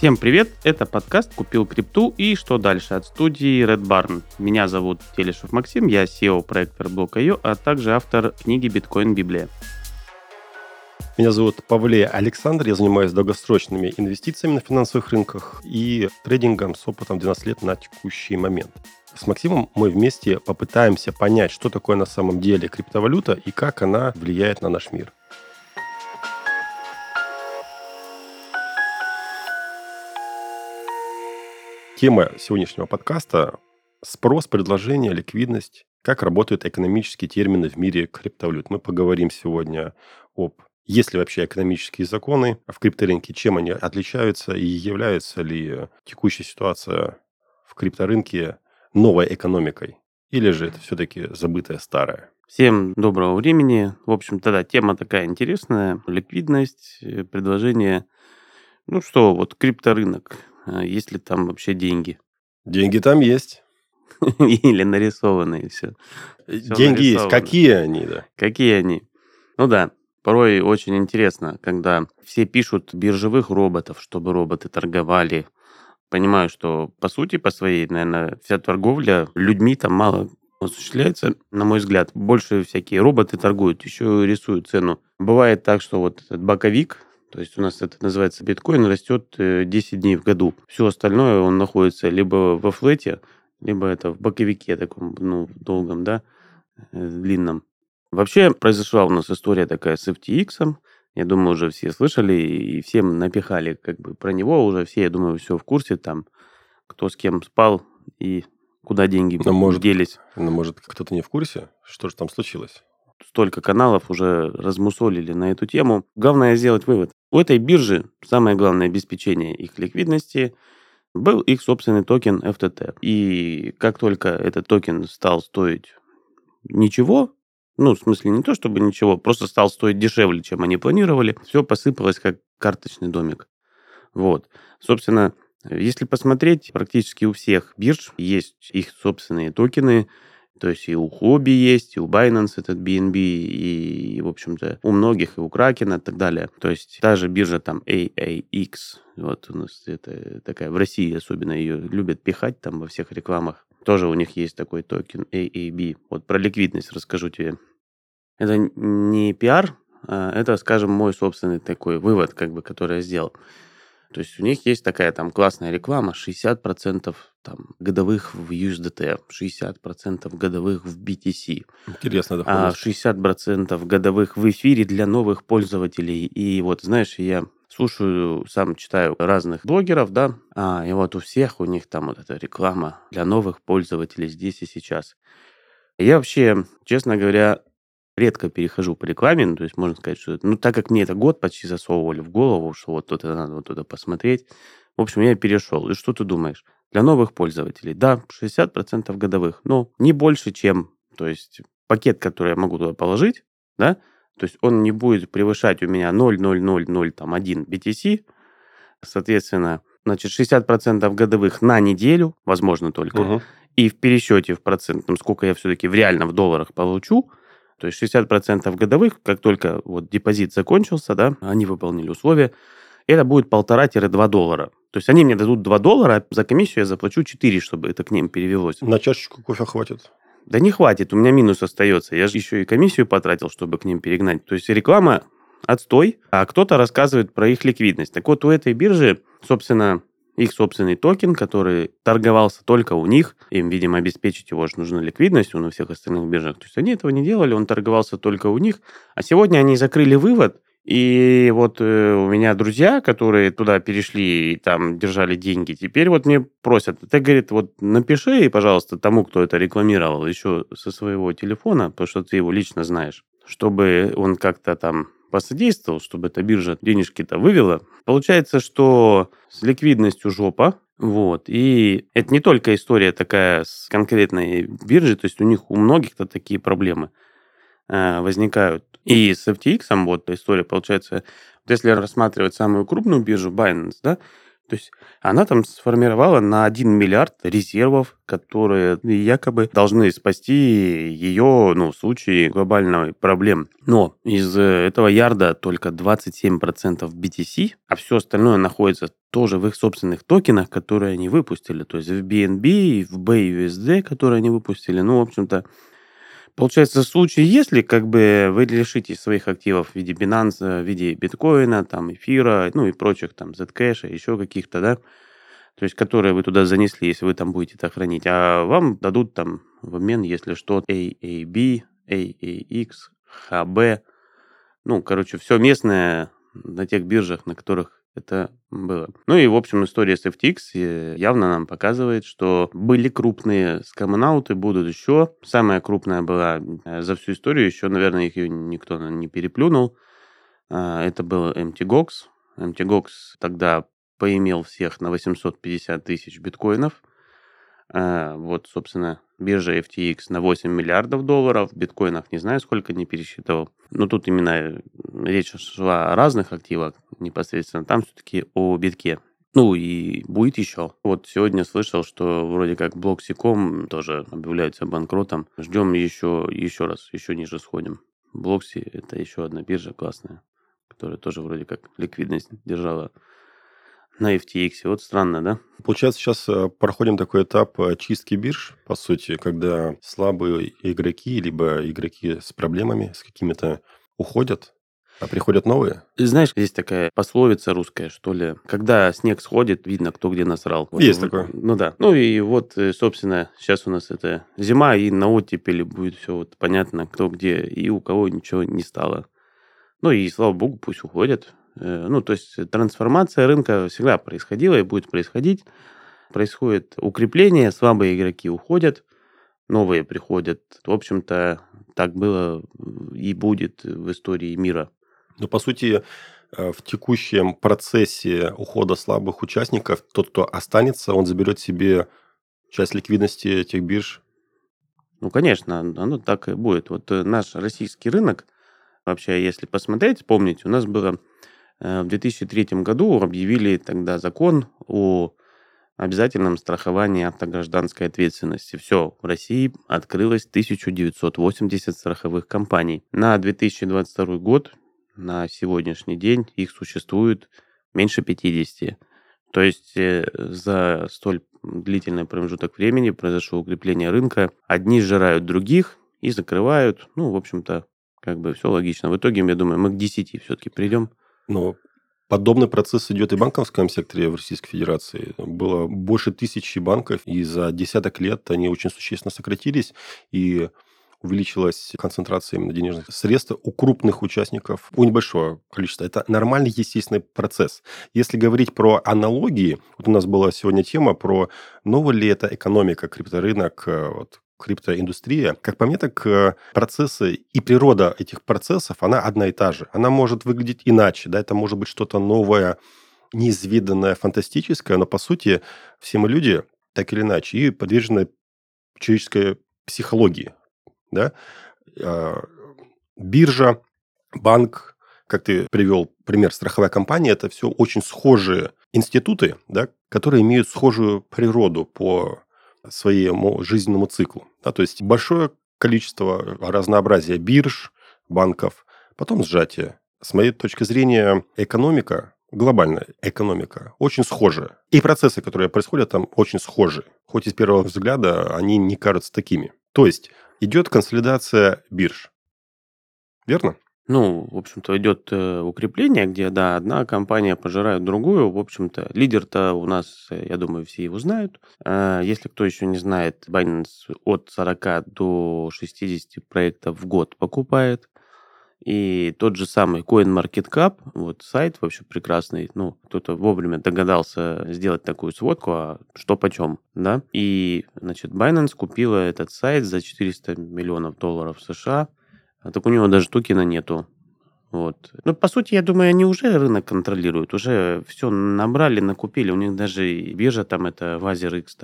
Всем привет, это подкаст «Купил крипту» и «Что дальше» от студии Red Barn. Меня зовут Телешев Максим, я SEO проекта Block.io, а также автор книги «Биткоин Библия». Меня зовут Павле Александр, я занимаюсь долгосрочными инвестициями на финансовых рынках и трейдингом с опытом 12 лет на текущий момент. С Максимом мы вместе попытаемся понять, что такое на самом деле криптовалюта и как она влияет на наш мир. Тема сегодняшнего подкаста – спрос, предложение, ликвидность, как работают экономические термины в мире криптовалют. Мы поговорим сегодня есть ли вообще экономические законы в крипторынке, чем они отличаются и является ли текущая ситуация в крипторынке новой экономикой, или же это все-таки забытое старое. Всем доброго времени. В общем-то, да, тема такая интересная. Ликвидность, предложение. Ну что, вот крипторынок. Есть ли там вообще деньги? Деньги там есть. Или нарисованные все. Деньги есть. Какие они, да? Какие они? Ну да, порой очень интересно, когда все пишут биржевых роботов, чтобы роботы торговали. Понимаю, что по сути, по своей, наверное, вся торговля людьми там мало осуществляется, на мой взгляд. Больше всякие роботы торгуют, еще рисуют цену. Бывает так, что вот этот боковик, то есть у нас это называется биткоин, растет 10 дней в году. Все остальное он находится либо во флете, либо это в боковике таком, долгом, да, длинном. Вообще произошла у нас история такая с FTX. Я думаю, уже все слышали и всем напихали как бы про него. Уже все, я думаю, все в курсе там, кто с кем спал и куда деньги делись. Может, кто-то не в курсе? Что же там случилось? Столько каналов уже размусолили на эту тему. Главное сделать вывод. У этой биржи самое главное обеспечение их ликвидности был их собственный токен FTT. И как только этот токен стал стоить ничего, в смысле не то чтобы ничего, просто стал стоить дешевле, чем они планировали, все посыпалось как карточный домик. Вот. Собственно, если посмотреть, практически у всех бирж есть их собственные токены, то есть и у Huobi есть, и у Binance этот BNB, и, в общем-то, у многих, и у Kraken и так далее. То есть та же биржа там AAX, вот у нас это такая, в России особенно ее любят пихать там во всех рекламах. Тоже у них есть такой токен AAB. Вот про ликвидность расскажу тебе. Это не пиар, это, скажем, мой собственный такой вывод, который я сделал. То есть у них есть такая там классная реклама, 60% там годовых в USDT, 60% годовых в BTC. Интересно, да. А 60% годовых в эфире для новых пользователей. И вот, знаешь, я слушаю, сам читаю разных блогеров, да, и вот у всех у них там вот эта реклама для новых пользователей здесь и сейчас. Я вообще, честно говоря, редко перехожу по рекламе, то есть можно сказать, что так как мне это год почти засовывали в голову, что вот тут надо вот туда посмотреть, в общем, я перешел. И что ты думаешь? Для новых пользователей, да, 60% годовых, но не больше, чем, то есть пакет, который я могу туда положить, да, то есть он не будет превышать у меня 0,0001 BTC, соответственно, значит, 60% годовых на неделю, возможно только, и в пересчете в процентном, сколько я все-таки реально в долларах получу, то есть 60% годовых, как только вот депозит закончился, да, они выполнили условия, это будет $1,5-2. То есть они мне дадут $2, а за комиссию я заплачу 4, чтобы это к ним перевелось. На чашечку кофе хватит? Да не хватит, у меня минус остается. Я же еще и комиссию потратил, чтобы к ним перегнать. То есть реклама отстой, а кто-то рассказывает про их ликвидность. Так вот, у этой биржи, собственно, их собственный токен, который торговался только у них. Им, видимо, обеспечить его же нужна ликвидность, он у всех остальных биржах. То есть они этого не делали, он торговался только у них. А сегодня они закрыли вывод, и вот у меня друзья, которые туда перешли и там держали деньги, теперь вот мне просят, ты, говорит, вот напиши, пожалуйста, тому, кто это рекламировал, еще со своего телефона, потому что ты его лично знаешь, чтобы он как-то там посодействовал, чтобы эта биржа денежки-то вывела. Получается, что с ликвидностью жопа, вот, и это не только история такая с конкретной биржей, то есть у них у многих-то такие проблемы возникают. И с FTX, вот история получается, вот если рассматривать самую крупную биржу Binance, да, То есть она там сформировала на 1 миллиард резервов, которые якобы должны спасти ее, в случае глобальной проблем. Но из этого ярда только 27% BTC, а все остальное находится тоже в их собственных токенах, которые они выпустили. То есть в BNB и в BUSD, которые они выпустили. В общем-то, получается, в случае, если вы лишитесь своих активов в виде Binance, в виде биткоина, там, эфира, и прочих, там, Zcash, еще каких-то, да, то есть которые вы туда занесли, если вы там будете это хранить, а вам дадут там в обмен, если что, AAB, AAX, HB, все местное на тех биржах, на которых это было. И, в общем, история с FTX явно нам показывает, что были крупные скамнауты, будут еще. Самая крупная была за всю историю, еще, наверное, их никто не переплюнул. Это был MTGOX. MTGOX тогда поимел всех на 850 тысяч биткоинов. Собственно, биржа FTX на 8 миллиардов долларов. В биткоинах не знаю, сколько не пересчитывал. Но тут именно речь шла о разных активах непосредственно. Там все-таки о битке. И будет еще. Сегодня слышал, что вроде как Bloxy.com тоже объявляется банкротом. Ждем еще раз, еще ниже сходим. Bloxy — это еще одна биржа классная, которая тоже вроде как ликвидность держала на FTX. Странно, да? Получается, сейчас проходим такой этап чистки бирж, по сути, когда слабые игроки, либо игроки с проблемами, с какими-то уходят, а приходят новые. Ты знаешь, есть такая пословица русская, что ли, когда снег сходит, видно, кто где насрал. Есть такое. Да. Собственно, сейчас у нас это зима, и на оттепели будет все понятно, кто где, и у кого ничего не стало. И слава богу, пусть уходят. То есть трансформация рынка всегда происходила и будет происходить. Происходит укрепление, слабые игроки уходят, новые приходят. В общем-то, так было и будет в истории мира. Но, по сути, в текущем процессе ухода слабых участников, тот, кто останется, он заберет себе часть ликвидности этих бирж. Конечно, оно так и будет. Наш российский рынок, вообще, если посмотреть, помните, у нас было в 2003 году объявили тогда закон о обязательном страховании автогражданской ответственности. Все, в России открылось 1980 страховых компаний. На 2022 год, на сегодняшний день, их существует меньше 50. То есть за столь длительный промежуток времени произошло укрепление рынка. Одни сжирают других и закрывают. В общем-то, все логично. В итоге, я думаю, мы к 10 все-таки придем. Но подобный процесс идет и в банковском секторе в Российской Федерации. Было больше 1000 банков, и за десяток лет они очень существенно сократились, и увеличилась концентрация именно денежных средств у крупных участников, у небольшого количества. Это нормальный, естественный процесс. Если говорить про аналогии, у нас была сегодня тема про новая ли это экономика, крипторынок, криптоиндустрия. Как по мне, так процессы и природа этих процессов, она одна и та же. Она может выглядеть иначе, да, это может быть что-то новое, неизведанное, фантастическое, но, по сути, все мы люди, так или иначе, и подвержены человеческой психологии, да. Биржа, банк, как ты привел пример, страховая компания, это все очень схожие институты, да, которые имеют схожую природу по своему жизненному циклу. Да, то есть большое количество разнообразия бирж, банков, потом сжатие. С моей точки зрения, экономика, глобальная экономика, очень схожая. И процессы, которые происходят там, очень схожи. Хоть и с первого взгляда они не кажутся такими. То есть идет консолидация бирж. Верно? В общем-то, идет укрепление, где, да, одна компания пожирает другую. В общем-то, лидер-то у нас, я думаю, все его знают. Если кто еще не знает, Binance от 40 до 60 проектов в год покупает. И тот же самый CoinMarketCap, сайт вообще прекрасный. Кто-то вовремя догадался сделать такую сводку, а что почем, да. И, Binance купила этот сайт за $400 миллионов США. Так у него даже токена нету. По сути, я думаю, они уже рынок контролируют, уже все набрали, накупили. У них даже и биржа там, это WazirX,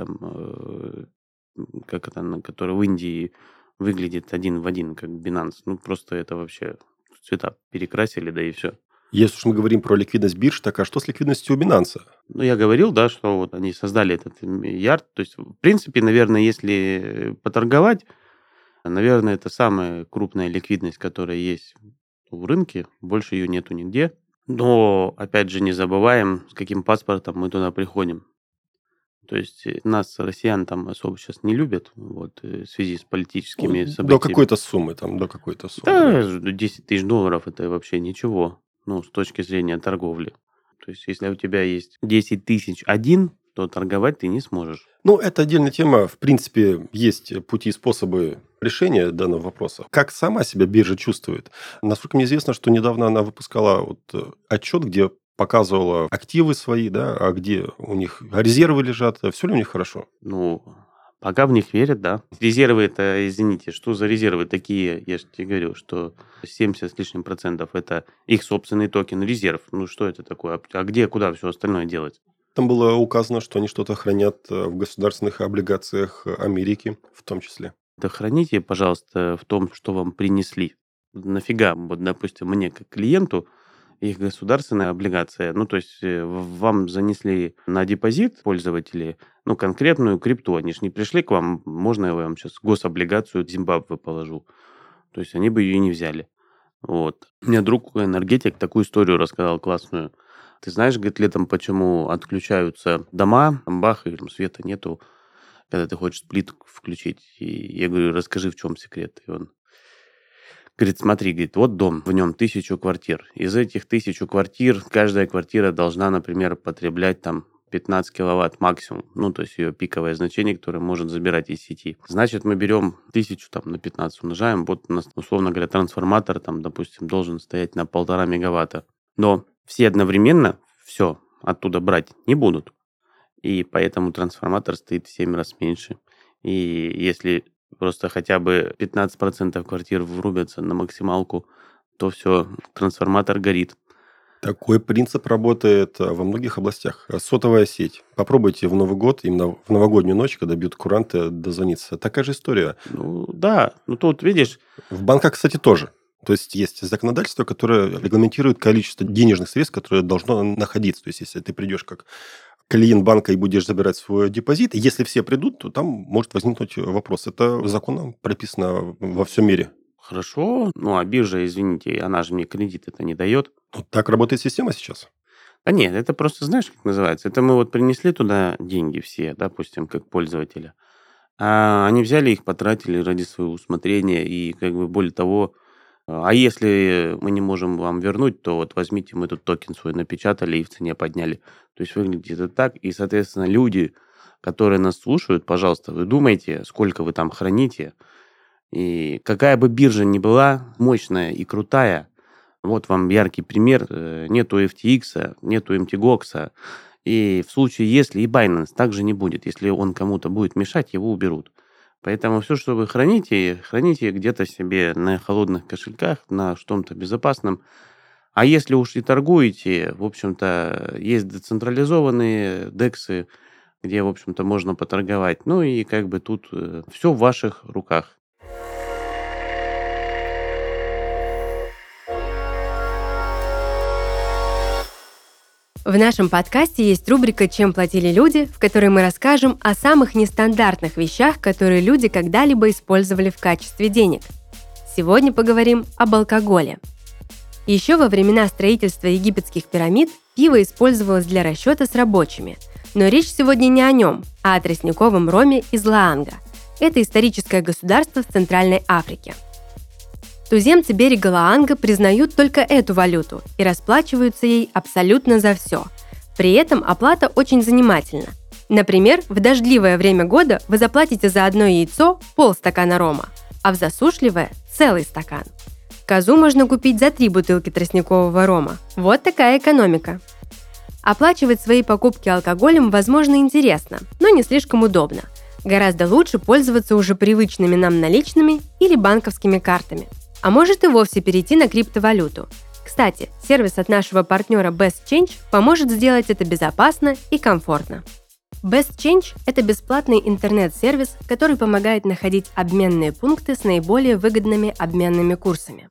которая в Индии выглядит один в один, как Binance. Просто это вообще цвета перекрасили, да и все. Если уж мы говорим про ликвидность бирж, так а что с ликвидностью у Binance? Ну, я говорил, да, что вот они создали этот ярд. То есть, в принципе, наверное, если поторговать, наверное, это самая крупная ликвидность, которая есть в рынке. Больше ее нету нигде. Но, опять же, не забываем, с каким паспортом мы туда приходим. То есть нас, россиян, там особо сейчас не любят вот, в связи с политическими событиями. До какой-то суммы, до какой-то суммы. Да, 10 тысяч долларов – это вообще ничего, ну, с точки зрения торговли. То есть если у тебя есть 10 тысяч один, то торговать ты не сможешь. Ну, это отдельная тема. В принципе, есть пути и способы решения данного вопроса. Как сама себя биржа чувствует? Насколько мне известно, что недавно она выпускала отчет, где показывала активы свои, да, а где у них резервы лежат. Все ли у них хорошо? Ну, пока в них верят, да. Резервы это, извините, что за резервы такие? Я же тебе говорю, что 70 с лишним процентов это их собственный токен резерв. Ну, что это такое? А где, куда все остальное делать? Там было указано, что они что-то хранят в государственных облигациях Америки в том числе. Да храните, пожалуйста, в том, что вам принесли. Нафига, вот, допустим, мне как клиенту их государственная облигация, ну, то есть вам занесли на депозит пользователи, ну, конкретную крипту, они же не пришли к вам, можно я вам сейчас гособлигацию Зимбабве положу. То есть они бы ее не взяли. Вот. Мне друг энергетик такую историю рассказал классную. Ты знаешь, говорит, летом почему отключаются дома, там бах, и света нету, когда ты хочешь сплит включить. И я говорю, расскажи, в чем секрет. И он говорит, смотри, говорит, вот дом, в нем 1000 квартир. Из этих 1000 квартир, каждая квартира должна, например, потреблять там 15 киловатт максимум. Ну, то есть ее пиковое значение, которое может забирать из сети. Значит, мы берем 1000 там, на 15 умножаем. Вот у нас, условно говоря, трансформатор, там, допустим, должен стоять на 1,5 мегаватта. Но все одновременно все оттуда брать не будут. И поэтому трансформатор стоит в 7 раз меньше. И если просто хотя бы 15% квартир врубятся на максималку, то все, трансформатор горит. Такой принцип работает во многих областях. Сотовая сеть. Попробуйте в Новый год, именно в новогоднюю ночь, когда бьют куранты, дозвониться. Такая же история. Ну, да. Ну, тут, видишь... В банках, кстати, тоже. То есть, есть законодательство, которое регламентирует количество денежных средств, которое должно находиться. То есть, если ты придешь как клиент банка и будешь забирать свой депозит, если все придут, то там может возникнуть вопрос. Это законом прописано во всем мире. Хорошо. Ну, а биржа, извините, она же мне кредит это не дает. Вот так работает система сейчас. Да нет, это просто, знаешь, как называется? Это мы вот принесли туда деньги все, допустим, как пользователя. А они взяли их, потратили ради своего усмотрения. И как бы более того, а если мы не можем вам вернуть, то вот возьмите, мы тут токен свой напечатали и в цене подняли. То есть выглядит это так. И, соответственно, люди, которые нас слушают, пожалуйста, вы думайте, сколько вы там храните. И какая бы биржа ни была, мощная и крутая, вот вам яркий пример, нету FTX, нету MTGOX, и в случае, если и Binance также не будет, если он кому-то будет мешать, его уберут. Поэтому все, что вы храните где-то себе на холодных кошельках, на что-то безопасном. А если уж и торгуете, в общем-то, есть децентрализованные DEX, где, в общем-то, можно поторговать. Ну и как бы тут все в ваших руках. В нашем подкасте есть рубрика «Чем платили люди», в которой мы расскажем о самых нестандартных вещах, которые люди когда-либо использовали в качестве денег. Сегодня поговорим об алкоголе. Еще во времена строительства египетских пирамид пиво использовалось для расчета с рабочими. Но речь сегодня не о нем, а о тростниковом роме из Лаанга. Это историческое государство в Центральной Африке. Туземцы берега Лаанга признают только эту валюту и расплачиваются ей абсолютно за все. При этом оплата очень занимательна. Например, в дождливое время года вы заплатите за одно яйцо полстакана рома, а в засушливое – целый стакан. Козу можно купить за 3 бутылки тростникового рома. Вот такая экономика. Оплачивать свои покупки алкоголем, возможно, интересно, но не слишком удобно. Гораздо лучше пользоваться уже привычными нам наличными или банковскими картами. А может и вовсе перейти на криптовалюту. Кстати, сервис от нашего партнера BestChange поможет сделать это безопасно и комфортно. BestChange – это бесплатный интернет-сервис, который помогает находить обменные пункты с наиболее выгодными обменными курсами.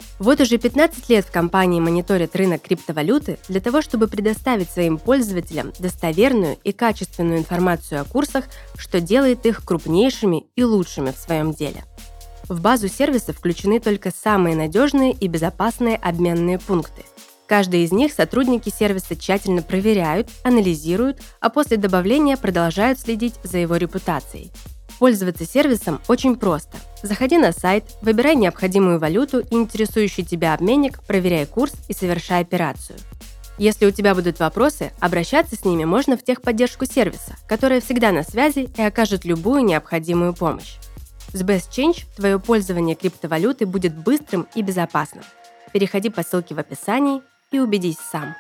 Вот уже 15 лет в компании мониторят рынок криптовалюты для того, чтобы предоставить своим пользователям достоверную и качественную информацию о курсах, что делает их крупнейшими и лучшими в своем деле. В базу сервиса включены только самые надежные и безопасные обменные пункты. Каждый из них сотрудники сервиса тщательно проверяют, анализируют, а после добавления продолжают следить за его репутацией. Пользоваться сервисом очень просто. Заходи на сайт, выбирай необходимую валюту и интересующий тебя обменник, проверяй курс и совершай операцию. Если у тебя будут вопросы, обращаться с ними можно в техподдержку сервиса, которая всегда на связи и окажет любую необходимую помощь. С Best Change твое пользование криптовалютой будет быстрым и безопасным. Переходи по ссылке в описании и убедись сам.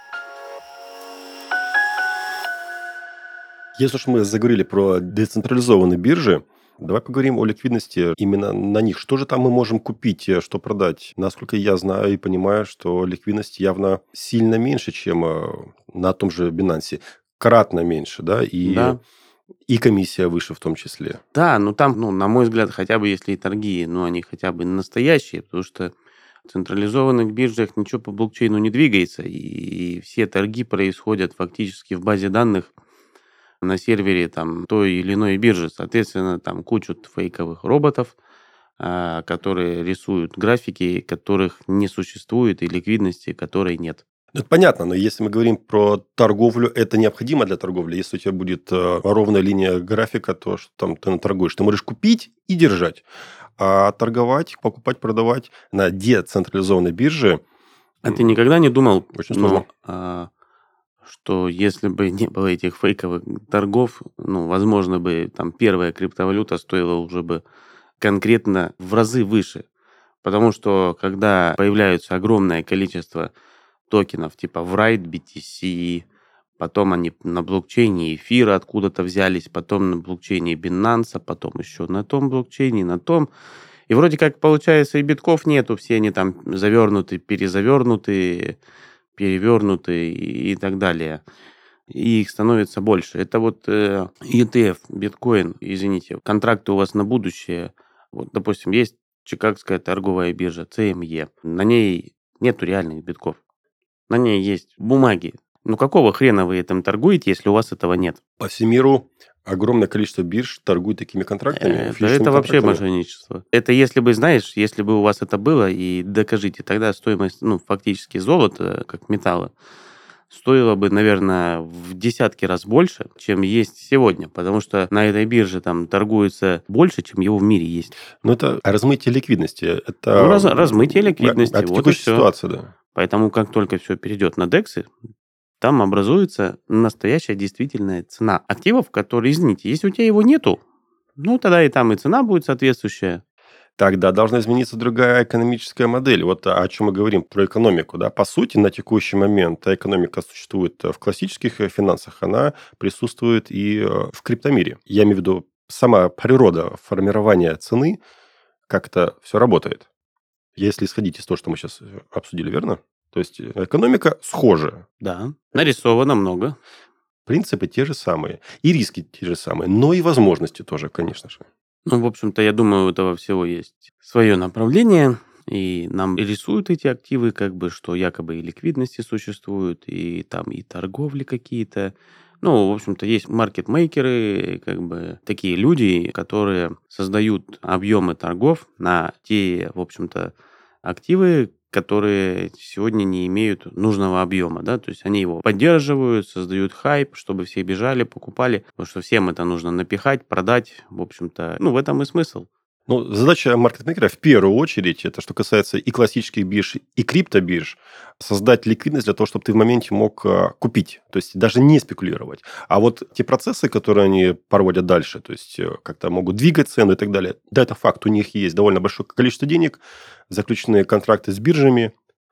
Если уж мы заговорили про децентрализованные биржи, давай поговорим о ликвидности именно на них. Что же там мы можем купить, что продать? Насколько я знаю и понимаю, что ликвидность явно сильно меньше, чем на том же Binance. Кратно меньше, да? Да. И комиссия выше в том числе. Да, там, на мой взгляд, хотя бы если и торги, они хотя бы настоящие, потому что в централизованных биржах ничего по блокчейну не двигается, и все торги происходят фактически в базе данных на сервере той или иной биржи. Соответственно, там кучу фейковых роботов, которые рисуют графики, которых не существует, и ликвидности которой нет. Это понятно, но если мы говорим про торговлю, это необходимо для торговли. Если у тебя будет ровная линия графика, то что там ты наторгуешь. Ты можешь купить и держать. А торговать, покупать, продавать на децентрализованной бирже... А ты никогда не думал, очень сложно. что если бы не было этих фейковых торгов, возможно бы первая криптовалюта стоила уже бы конкретно в разы выше. Потому что когда появляется огромное количество токенов типа Write, BTC, потом они на блокчейне эфира откуда-то взялись, потом на блокчейне Binance, потом еще на том блокчейне, на том. И вроде как получается и битков нету, все они там завернуты, перезавернуты, перевернуты и так далее. И их становится больше. Это ETF, биткоин, извините, контракты у вас на будущее. Допустим, есть Чикагская торговая биржа, CME. На ней нету реальных битков. На ней есть бумаги. Какого хрена вы этим торгуете, если у вас этого нет? По всему миру огромное количество бирж торгуют такими контрактами. Это вообще мошенничество. Это если бы у вас это было, и докажите, тогда стоимость, фактически золота, как металла, стоила бы, наверное, в десятки раз больше, чем есть сегодня. Потому что на этой бирже там торгуется больше, чем его в мире есть. Это размытие ликвидности. Это размытие ликвидности. Это текущая ситуация, да. Поэтому, как только все перейдет на дексы, там образуется настоящая действительная цена активов, которые, извините, если у тебя его нету, тогда и там и цена будет соответствующая. Тогда должна измениться другая экономическая модель. О чем мы говорим, про экономику. Да? По сути, на текущий момент экономика существует в классических финансах, она присутствует и в криптомире. Я имею в виду сама природа формирования цены, как это все работает. Если исходить из того, что мы сейчас обсудили, верно? То есть экономика схожа. Да, нарисовано много. Принципы те же самые. И риски те же самые. Но и возможности тоже, конечно же. В общем-то, я думаю, у этого всего есть свое направление. И нам рисуют эти активы, что якобы и ликвидности существуют, и там и торговли какие-то. В общем-то, есть маркетмейкеры, такие люди, которые создают объемы торгов на те, в общем-то, активы, которые сегодня не имеют нужного объема, да, то есть они его поддерживают, создают хайп, чтобы все бежали, покупали, потому что всем это нужно напихать, продать, в общем-то, в этом и смысл. Задача маркетмейкера в первую очередь, это что касается и классических бирж, и криптобирж, создать ликвидность для того, чтобы ты в моменте мог купить, то есть даже не спекулировать. А те процессы, которые они проводят дальше, то есть как-то могут двигать цену и так далее, да, это факт, у них есть довольно большое количество денег, заключенные контракты с биржами,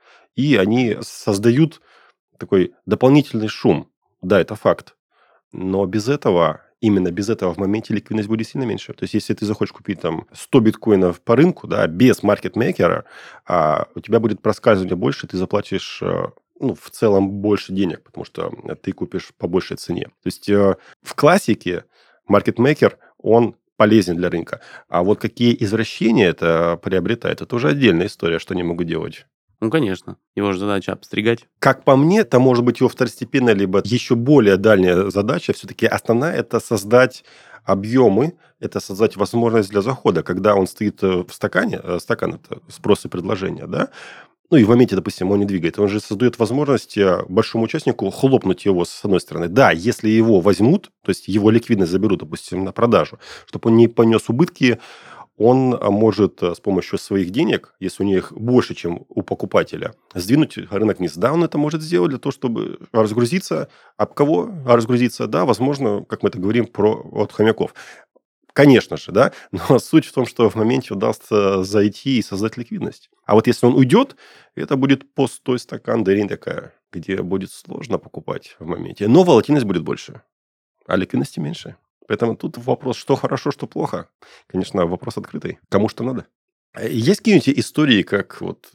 и они создают такой дополнительный шум. Да, это факт. Но именно без этого в моменте ликвидность будет сильно меньше. То есть, если ты захочешь купить 100 биткоинов по рынку, да, без маркетмейкера, у тебя будет проскальзывание больше, ты заплатишь в целом больше денег, потому что ты купишь по большей цене. То есть, в классике маркетмейкер, он полезен для рынка. А вот какие извращения это приобретает, это уже отдельная история, что они могут делать. Ну, конечно. Его же задача обстригать. Как по мне, это может быть его второстепенная, либо еще более дальняя задача. Все-таки основная – это создать объемы, это создать возможность для захода. Когда он стоит в стакане, стакан – это спрос и предложение, да, ну и в моменте, допустим, он не двигает, он же создает возможность большому участнику хлопнуть его с одной стороны. Да, если его возьмут, то есть его ликвидность заберут, допустим, на продажу, чтобы он не понес убытки, он может с помощью своих денег, если у них больше, чем у покупателя, сдвинуть рынок вниз. Да, он это может сделать для того, чтобы разгрузиться. Об кого разгрузиться? Да, возможно, как мы это говорим, от хомяков. Конечно же, да, но суть в том, что в моменте удастся зайти и создать ликвидность. А вот если он уйдет, это будет пустой стакан дырень такая, где будет сложно покупать в моменте. Но волатильность будет больше, а ликвидности меньше. Поэтому тут вопрос, что хорошо, что плохо. Конечно, вопрос открытый. Кому что надо. Есть какие-нибудь истории, как вот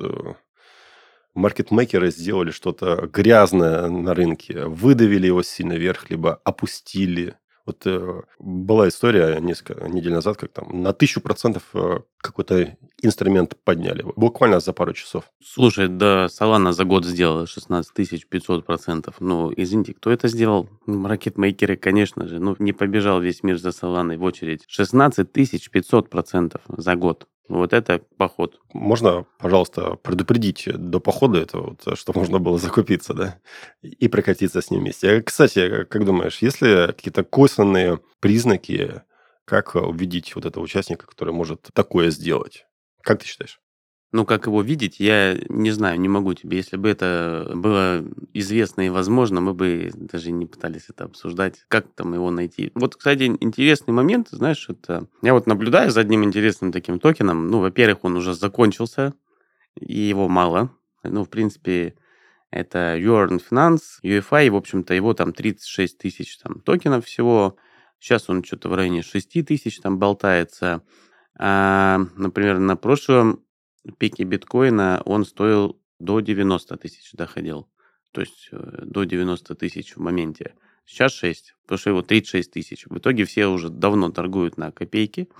маркетмейкеры сделали что-то грязное на рынке, выдавили его сильно вверх, либо опустили? Вот была история несколько недель назад, как там на 1000% какой-то инструмент подняли. Буквально за пару часов. Слушай, да, Solana за год сделала 16 500%. Ну, извините, кто это сделал? Маркетмейкеры, конечно же. Ну, не побежал весь мир за Solana в очередь. 16 500% за год. Вот это поход. Можно, пожалуйста, предупредить до похода это, вот, чтобы можно было закупиться, да, и прокатиться с ним вместе. Кстати, как думаешь, есть ли какие-то косвенные признаки, как увидеть вот этого участника, который может такое сделать? Как ты считаешь? Ну, как его видеть, я не знаю, не могу тебе. Если бы это было известно и возможно, мы бы даже не пытались это обсуждать, как там его найти. Вот, кстати, интересный момент, знаешь, это... Я вот наблюдаю за одним интересным таким токеном. Ну, во-первых, он уже закончился, и его мало. Ну, в принципе, это Earn Finance, UFI, в общем-то, его там 36 тысяч там, токенов всего. Сейчас он что-то в районе 6 тысяч там болтается. Например, на прошлом пике биткоина он стоил до 90 тысяч, доходил. То есть до 90 тысяч в моменте. Сейчас 6, потому что его 36 тысяч. В итоге все уже давно торгуют на копейки.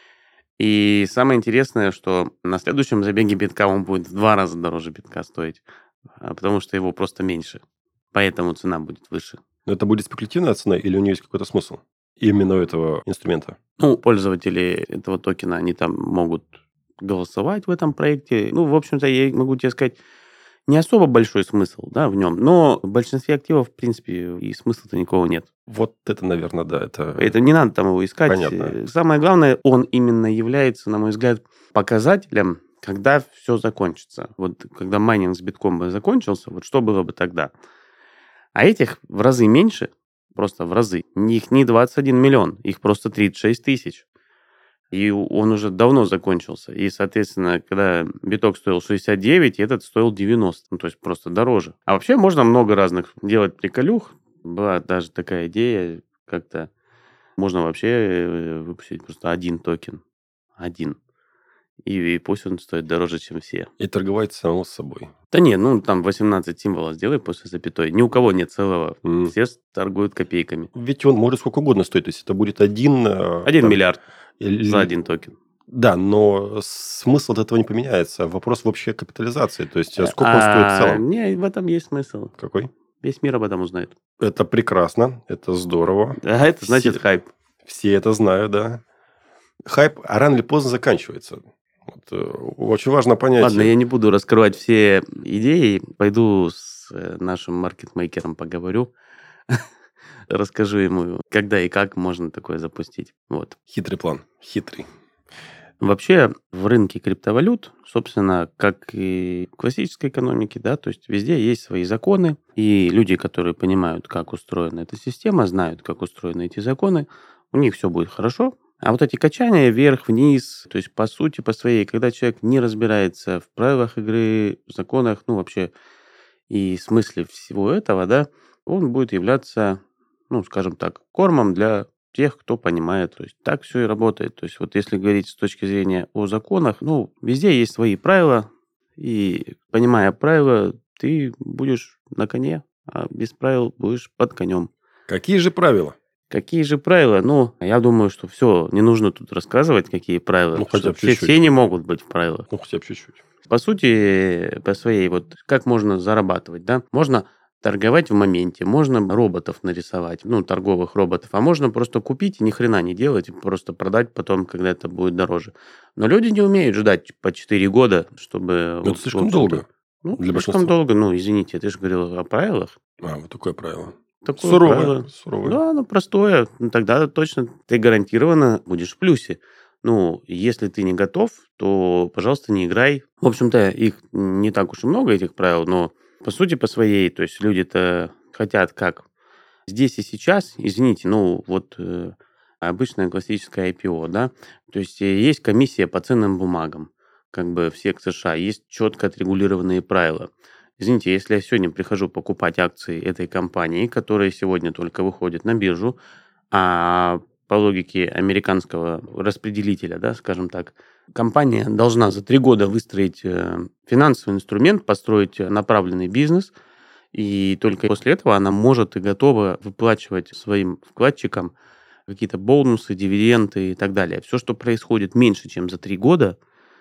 И самое интересное, что на следующем забеге битка он будет в 2 раза дороже битка стоить, потому что его просто меньше. Поэтому цена будет выше. Но это будет спекулятивная цена или у нее есть какой-то смысл? Именно у этого инструмента? Ну, пользователи этого токена, они там могут голосовать в этом проекте. Ну, в общем-то, я могу тебе сказать, не особо большой смысл, да, в нем, но в большинстве активов, в принципе, и смысла-то никого нет. Вот это, наверное, да. Это не надо там его искать. Понятно. Самое главное, он именно является, на мой взгляд, показателем, когда все закончится. Вот когда майнинг с битком бы закончился, вот что было бы тогда? А этих в разы меньше, просто в разы. Их не 21 миллион, их просто 36 тысяч. И он уже давно закончился. И, соответственно, когда биток стоил 69, этот стоил 90. Ну, то есть просто дороже. А вообще можно много разных делать приколюх. Была даже такая идея, как-то можно вообще выпустить просто один токен. Один. И пусть он стоит дороже, чем все. И торговать самому с собой. Да нет, ну там 18 символов сделай после запятой. Ни у кого нет целого. Все торгуют копейками. Ведь он может сколько угодно стоить. То есть это будет 1 там, миллиард за один токен. Да, но смысл от этого не поменяется. Вопрос в общей капитализации. То есть сколько он стоит в целом? Не, в этом есть смысл. Какой? Весь мир об этом узнает. Это прекрасно, это здорово. А это значит хайп. Все это знают, да. Хайп рано или поздно заканчивается. Вот, очень важно понять. Ладно, я не буду раскрывать все идеи. Пойду с нашим маркетмейкером поговорю. Расскажу ему, когда и как можно такое запустить. Вот. Хитрый план, хитрый. Вообще в рынке криптовалют, собственно, как и в классической экономике, да, то есть везде есть свои законы, и люди, которые понимают, как устроена эта система, знают, как устроены эти законы, у них все будет хорошо. А вот эти качания вверх-вниз, то есть по сути, по своей, когда человек не разбирается в правилах игры, в законах, ну вообще и смысле всего этого, да, он будет являться, ну, скажем так, кормом для тех, кто понимает. То есть так все и работает. То есть вот если говорить с точки зрения о законах, ну, везде есть свои правила, и понимая правила, ты будешь на коне, а без правил будешь под конем. Какие же правила? Какие же правила? Ну, я думаю, что все, не нужно тут рассказывать, какие правила. Ну, потому хотя что бы чуть-чуть. все не могут быть в правилах. Ну, хотя бы чуть-чуть. По сути, по своей, вот как можно зарабатывать, да? Можно торговать в моменте, можно роботов нарисовать, ну, торговых роботов, а можно просто купить и ни хрена не делать, и просто продать потом, когда это будет дороже. Но люди не умеют ждать по 4 года, чтобы... Но это слишком долго Ну, для слишком большинства. долго. Ну, извините, ты же говорил о правилах. Вот такое правило. Такое Суровое. правило. Суровое. Да, оно простое. Ну, тогда точно ты гарантированно будешь в плюсе. Ну, если ты не готов, то, пожалуйста, не играй. В общем-то, их не так уж и много, этих правил, но по сути, по своей, то есть люди-то хотят как? Здесь и сейчас, извините, ну, вот обычное классическое IPO, да, то есть есть комиссия по ценным бумагам, как бы в СЕК США, есть четко отрегулированные правила. Извините, если я сегодня прихожу покупать акции этой компании, которые сегодня только выходят на биржу, а по логике американского распределителя, да, скажем так, компания должна за 3 года выстроить финансовый инструмент, построить направленный бизнес, и только после этого она может и готова выплачивать своим вкладчикам какие-то бонусы, дивиденды и так далее. Все, что происходит меньше, чем за 3 года,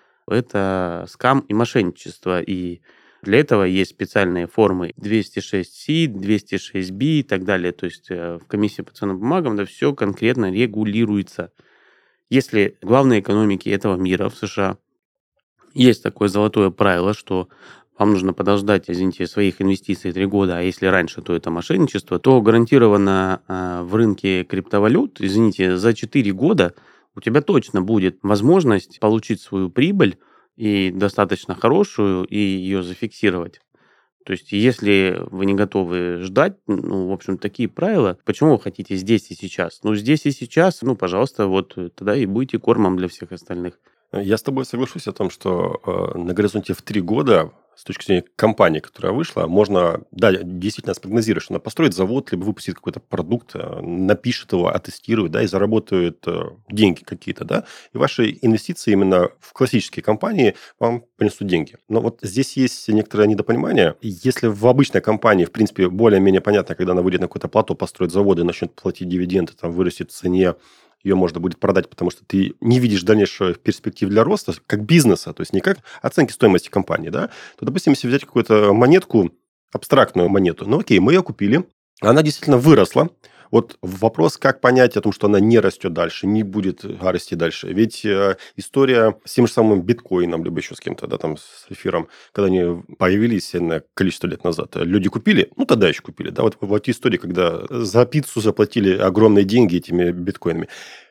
это скам и мошенничество. И для этого есть специальные формы 206C, 206B и так далее. То есть в комиссии по ценным бумагам да, все конкретно регулируется. Если главные экономики этого мира в США есть такое золотое правило, что вам нужно подождать, извините, своих инвестиций 3 года, а если раньше, то это мошенничество, то гарантированно в рынке криптовалют, извините, за 4 года у тебя точно будет возможность получить свою прибыль и достаточно хорошую, и ее зафиксировать. То есть, если вы не готовы ждать, ну, в общем, такие правила, почему вы хотите здесь и сейчас? Ну, здесь и сейчас, ну, пожалуйста, вот тогда и будете кормом для всех остальных. Я с тобой соглашусь о том, что на горизонте в 3 года, с точки зрения компании, которая вышла, можно, да, действительно спрогнозировать, что она построит завод, либо выпустит какой-то продукт, напишет его, оттестирует, да, и заработает деньги какие-то, да, и ваши инвестиции именно в классические компании вам принесут деньги. Но вот здесь есть некоторое недопонимание. Если в обычной компании, в принципе, более-менее понятно, когда она выйдет на какое-то плато, построит заводы и начнет платить дивиденды, там вырастет в цене, ее можно будет продать, потому что ты не видишь дальнейших перспектив для роста как бизнеса, то есть не как оценки стоимости компании, да, то, допустим, если взять какую-то монетку, абстрактную монету, ну окей, мы ее купили, она действительно выросла. Вот вопрос, как понять о том, что она не растет дальше, не будет расти дальше. Ведь история с тем же самым биткоином, либо еще с кем-то, да, там, с эфиром, когда они появились количество лет назад, люди купили, ну, тогда еще купили, да, вот истории, когда за пиццу заплатили огромные деньги этими биткоинами.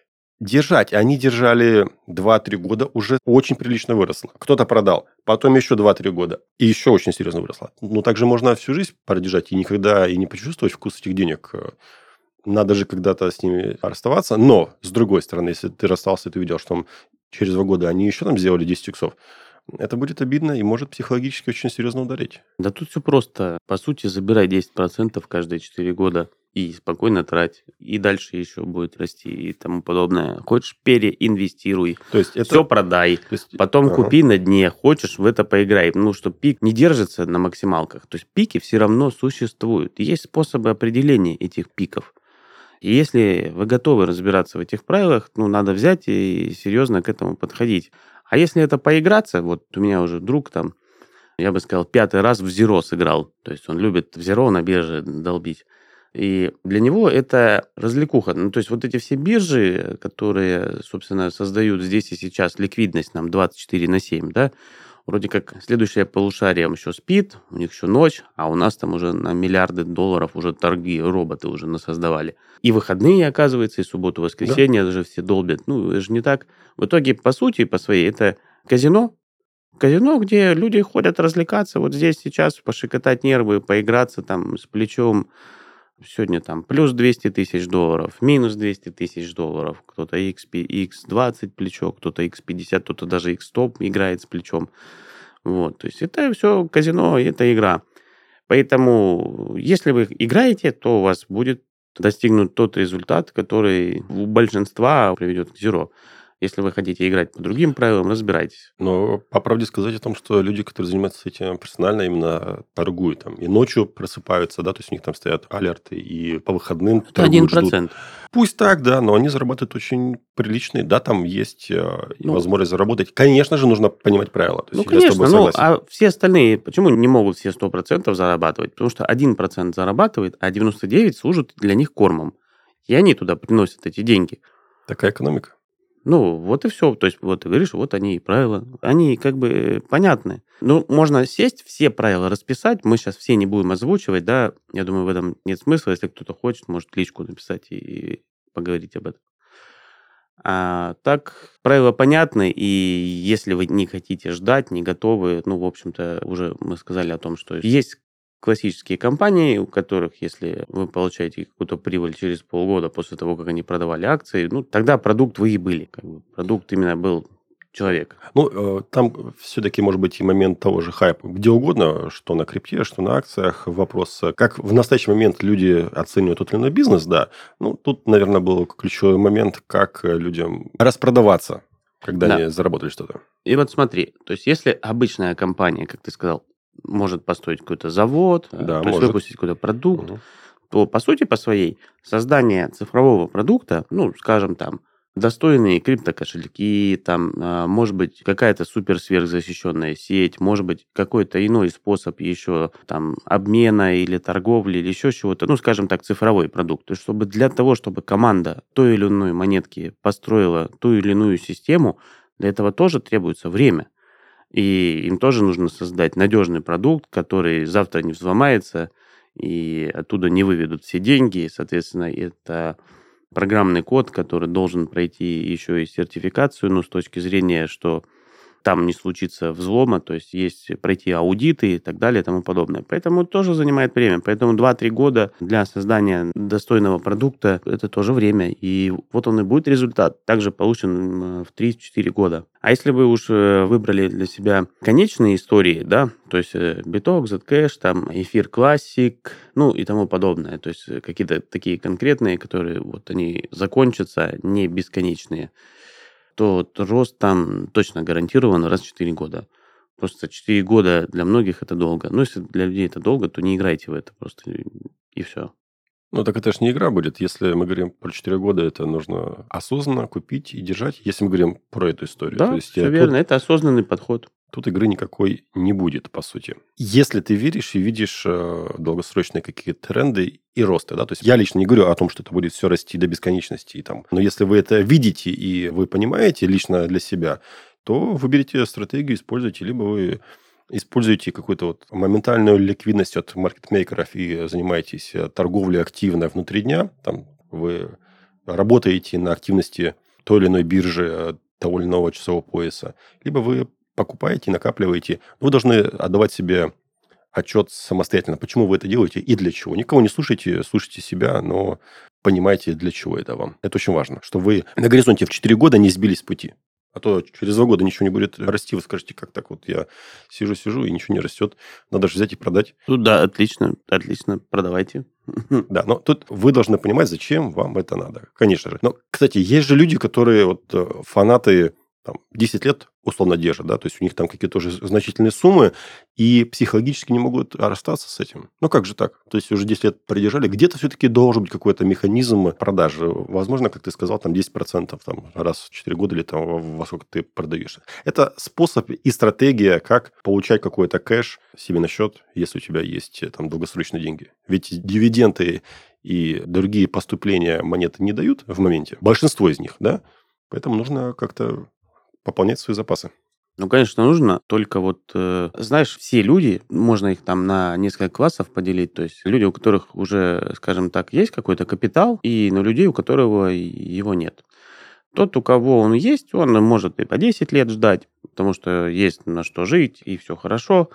Они держали 2-3 года, уже очень прилично выросло. Кто-то продал, потом еще 2-3 года, и еще очень серьезно выросло. Ну, также можно всю жизнь продержать и никогда и не почувствовать вкус этих денег. Надо же когда-то с ними расставаться. Но, с другой стороны, если ты расстался, и ты видел, что через 2 года они еще там сделали 10 иксов, это будет обидно и может психологически очень серьезно ударить. Да тут все просто. По сути, забирай 10% каждые 4 года и спокойно трать. И дальше еще будет расти и тому подобное. Хочешь, переинвестируй. То есть это... Все продай. Потом купи на дне. Хочешь, в это поиграй. Ну, что пик не держится на максималках. То есть пики все равно существуют. Есть способы определения этих пиков. И если вы готовы разбираться в этих правилах, ну, надо взять и серьезно к этому подходить. А если это поиграться, вот у меня уже друг там, я бы сказал, 5-й раз в Zero сыграл. То есть он любит в Zero на бирже долбить. И для него это развлекуха. Ну, то есть вот эти все биржи, которые, собственно, создают здесь и сейчас ликвидность нам 24/7, да, вроде как следующее полушарие еще спит, у них еще ночь, а у нас там уже на миллиарды долларов уже торги, роботы уже насоздавали. И выходные, оказывается, и субботу, воскресенье даже все долбят. Ну, это же не так. В итоге, по сути, по своей, это казино. Казино, где люди ходят развлекаться. Вот здесь сейчас пошикотать нервы, поиграться там с плечом. Сегодня там плюс 200 тысяч долларов, минус 200 тысяч долларов. Кто-то X20 плечо, кто-то X50, кто-то даже X100 играет с плечом. Вот, то есть это все казино, это игра. Поэтому, если вы играете, то у вас будет достигнут тот результат, который у большинства приведет к Zero. Если вы хотите играть по другим правилам, разбирайтесь. Но по правде сказать о том, что люди, которые занимаются этим профессионально, именно торгуют там и ночью просыпаются, да, то есть у них там стоят алерты, и по выходным Это торгуют, ждут. 1%. Пусть так, да, но они зарабатывают очень приличные, да, там есть возможность заработать. Конечно же, нужно понимать правила. То есть я с конечно, тобой согласен. а все остальные, почему не могут все 100% зарабатывать? Потому что 1% зарабатывает, а 99% служит для них кормом. И они туда приносят эти деньги. Такая экономика. Вот и все. То есть, вот ты говоришь, вот они и правила. Они как бы понятны. Можно сесть, все правила расписать. Мы сейчас все не будем озвучивать, да. Я думаю, в этом нет смысла. Если кто-то хочет, может в личку написать и поговорить об этом. А так, правила понятны, и если вы не хотите ждать, не готовы, в общем-то, уже мы сказали о том, что есть классические компании, у которых, если вы получаете какую-то прибыль через полгода после того, как они продавали акции, тогда продукт вы и были. Продукт именно был человек. Там все-таки может быть и момент того же хайпа. Где угодно, что на крипте, что на акциях. Вопрос, как в настоящий момент люди оценивают тот или иной бизнес, да. Тут, наверное, был ключевой момент, как людям распродаваться, когда они заработали что-то. И вот смотри, то есть если обычная компания, как ты сказал, может построить какой-то завод, то есть выпустить какой-то продукт, то, по сути, по своей, создание цифрового продукта, скажем, там, достойные криптокошельки, там, может быть, какая-то супер-сверхзащищенная сеть, может быть, какой-то иной способ еще там обмена или торговли, или еще чего-то, скажем так, цифровой продукт. То есть, для того, чтобы команда той или иной монетки построила ту или иную систему, для этого тоже требуется время. И им тоже нужно создать надежный продукт, который завтра не взломается, и оттуда не выведут все деньги. Соответственно, это программный код, который должен пройти еще и сертификацию, с точки зрения, что там не случится взлома, то есть пройти аудиты и так далее и тому подобное. Поэтому тоже занимает время. Поэтому 2-3 года для создания достойного продукта – это тоже время. И вот он и будет результат, также получен в 3-4 года. А если вы уж выбрали для себя конечные истории, да, то есть биток, Zcash, там, эфир Classic, и тому подобное, то есть какие-то такие конкретные, которые вот они закончатся, не бесконечные, то рост там точно гарантирован раз в 4 года. Просто 4 года для многих это долго. Если для людей это долго, то не играйте в это просто и все. Так это же не игра будет. Если мы говорим про 4 года, это нужно осознанно купить и держать, если мы говорим про эту историю. Да, то есть, все верно. Это осознанный подход. Тут игры никакой не будет, по сути. Если ты веришь и видишь долгосрочные какие-то тренды и росты, да, то есть я лично не говорю о том, что это будет все расти до бесконечности, но если вы это видите и вы понимаете лично для себя, то выберите стратегию, используйте, либо вы используете какую-то моментальную ликвидность от маркетмейкеров и занимаетесь торговлей активно внутри дня, там вы работаете на активности той или иной биржи, того или иного часового пояса, либо вы покупаете и накапливаете. Вы должны отдавать себе отчет самостоятельно, почему вы это делаете и для чего. Никого не слушайте, слушайте себя, но понимайте, для чего это вам. Это очень важно, что вы на горизонте в 4 года не сбились с пути. А то через 2 года ничего не будет расти. Вы скажете, как так вот я сижу и ничего не растет. Надо же взять и продать. Да, отлично, продавайте. Да, но тут вы должны понимать, зачем вам это надо. Конечно же. Но, кстати, есть же люди, которые фанаты 10 лет условно держат, да, то есть у них там какие-то тоже значительные суммы, и психологически не могут расстаться с этим. Как же так? То есть уже 10 лет продержали, где-то все-таки должен быть какой-то механизм продажи. Возможно, как ты сказал, 10% раз в 4 года или во сколько ты продаешь. Это способ и стратегия, как получать какой-то кэш себе на счет, если у тебя есть долгосрочные деньги. Ведь дивиденды и другие поступления монеты не дают в моменте. Большинство из них, да? Поэтому нужно как-то пополнять свои запасы. Конечно, нужно. Только знаешь, все люди, можно их на несколько классов поделить. То есть люди, у которых уже, скажем так, есть какой-то капитал, и на людей, у которого его нет. Тот, у кого он есть, он может и по 10 лет ждать, потому что есть на что жить, и все хорошо.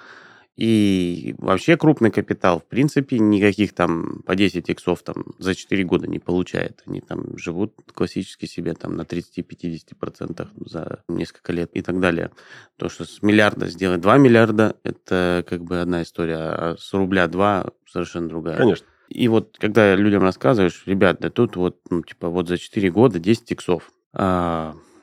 И вообще крупный капитал, в принципе, никаких по 10 иксов за 4 года не получает. Они живут классически себе на 30-50% за несколько лет и так далее. То, что с миллиарда сделать 2 миллиарда, это одна история, а с рубля 2 совершенно другая. Конечно. И когда людям рассказываешь, ребят, да тут за 4 года 10 иксов.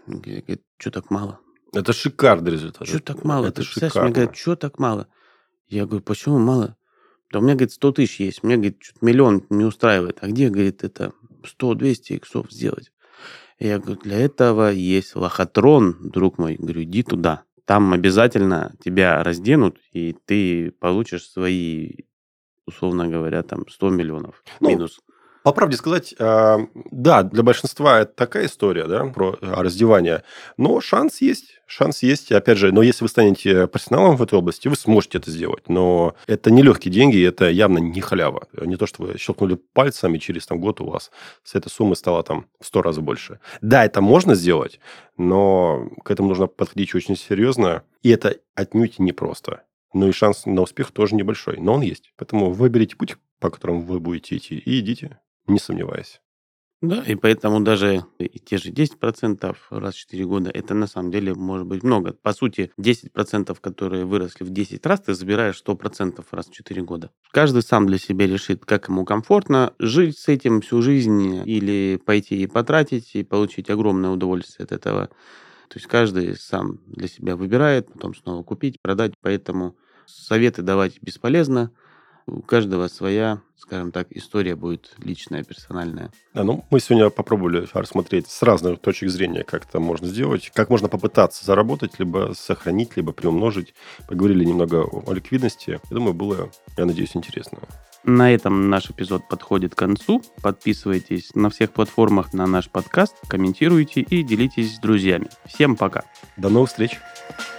Говорит, что так мало? Это шикарный результат. Что так мало? Это Ты представляешь, шикарно. мне говорят, что так мало? Я говорю, почему мало? Да у меня, говорит, 100 тысяч есть. Мне, говорит, что-то миллион не устраивает. А где, говорит, это 100-200 иксов сделать? Я говорю, для этого есть лохотрон, друг мой. Говорю, иди туда. Там обязательно тебя разденут, и ты получишь свои, условно говоря, там 100 миллионов минус. По правде сказать, да, для большинства это такая история, да, про раздевание, но шанс есть. И опять же, но если вы станете профессионалом в этой области, вы сможете это сделать. Но это не легкие деньги, это явно не халява. Не то, что вы щелкнули пальцами, через год у вас с этой суммы стало в 100 раз больше. Да, это можно сделать, но к этому нужно подходить очень серьезно, и это отнюдь непросто. Ну и шанс на успех тоже небольшой, но он есть. Поэтому выберите путь, по которому вы будете идти, и идите, не сомневаясь. Да, и поэтому даже и те же 10% раз в 4 года, это на самом деле может быть много. По сути, 10%, которые выросли в 10 раз, ты забираешь 100% раз в 4 года. Каждый сам для себя решит, как ему комфортно жить с этим всю жизнь или пойти и потратить, и получить огромное удовольствие от этого. То есть каждый сам для себя выбирает, потом снова купить, продать. Поэтому советы давать бесполезно. У каждого своя, скажем так, история будет личная, персональная. Да, мы сегодня попробовали рассмотреть с разных точек зрения, как это можно сделать, как можно попытаться заработать, либо сохранить, либо приумножить. Поговорили немного о ликвидности. Я думаю, было, я надеюсь, интересно. На этом наш эпизод подходит к концу. Подписывайтесь на всех платформах на наш подкаст, комментируйте и делитесь с друзьями. Всем пока. До новых встреч.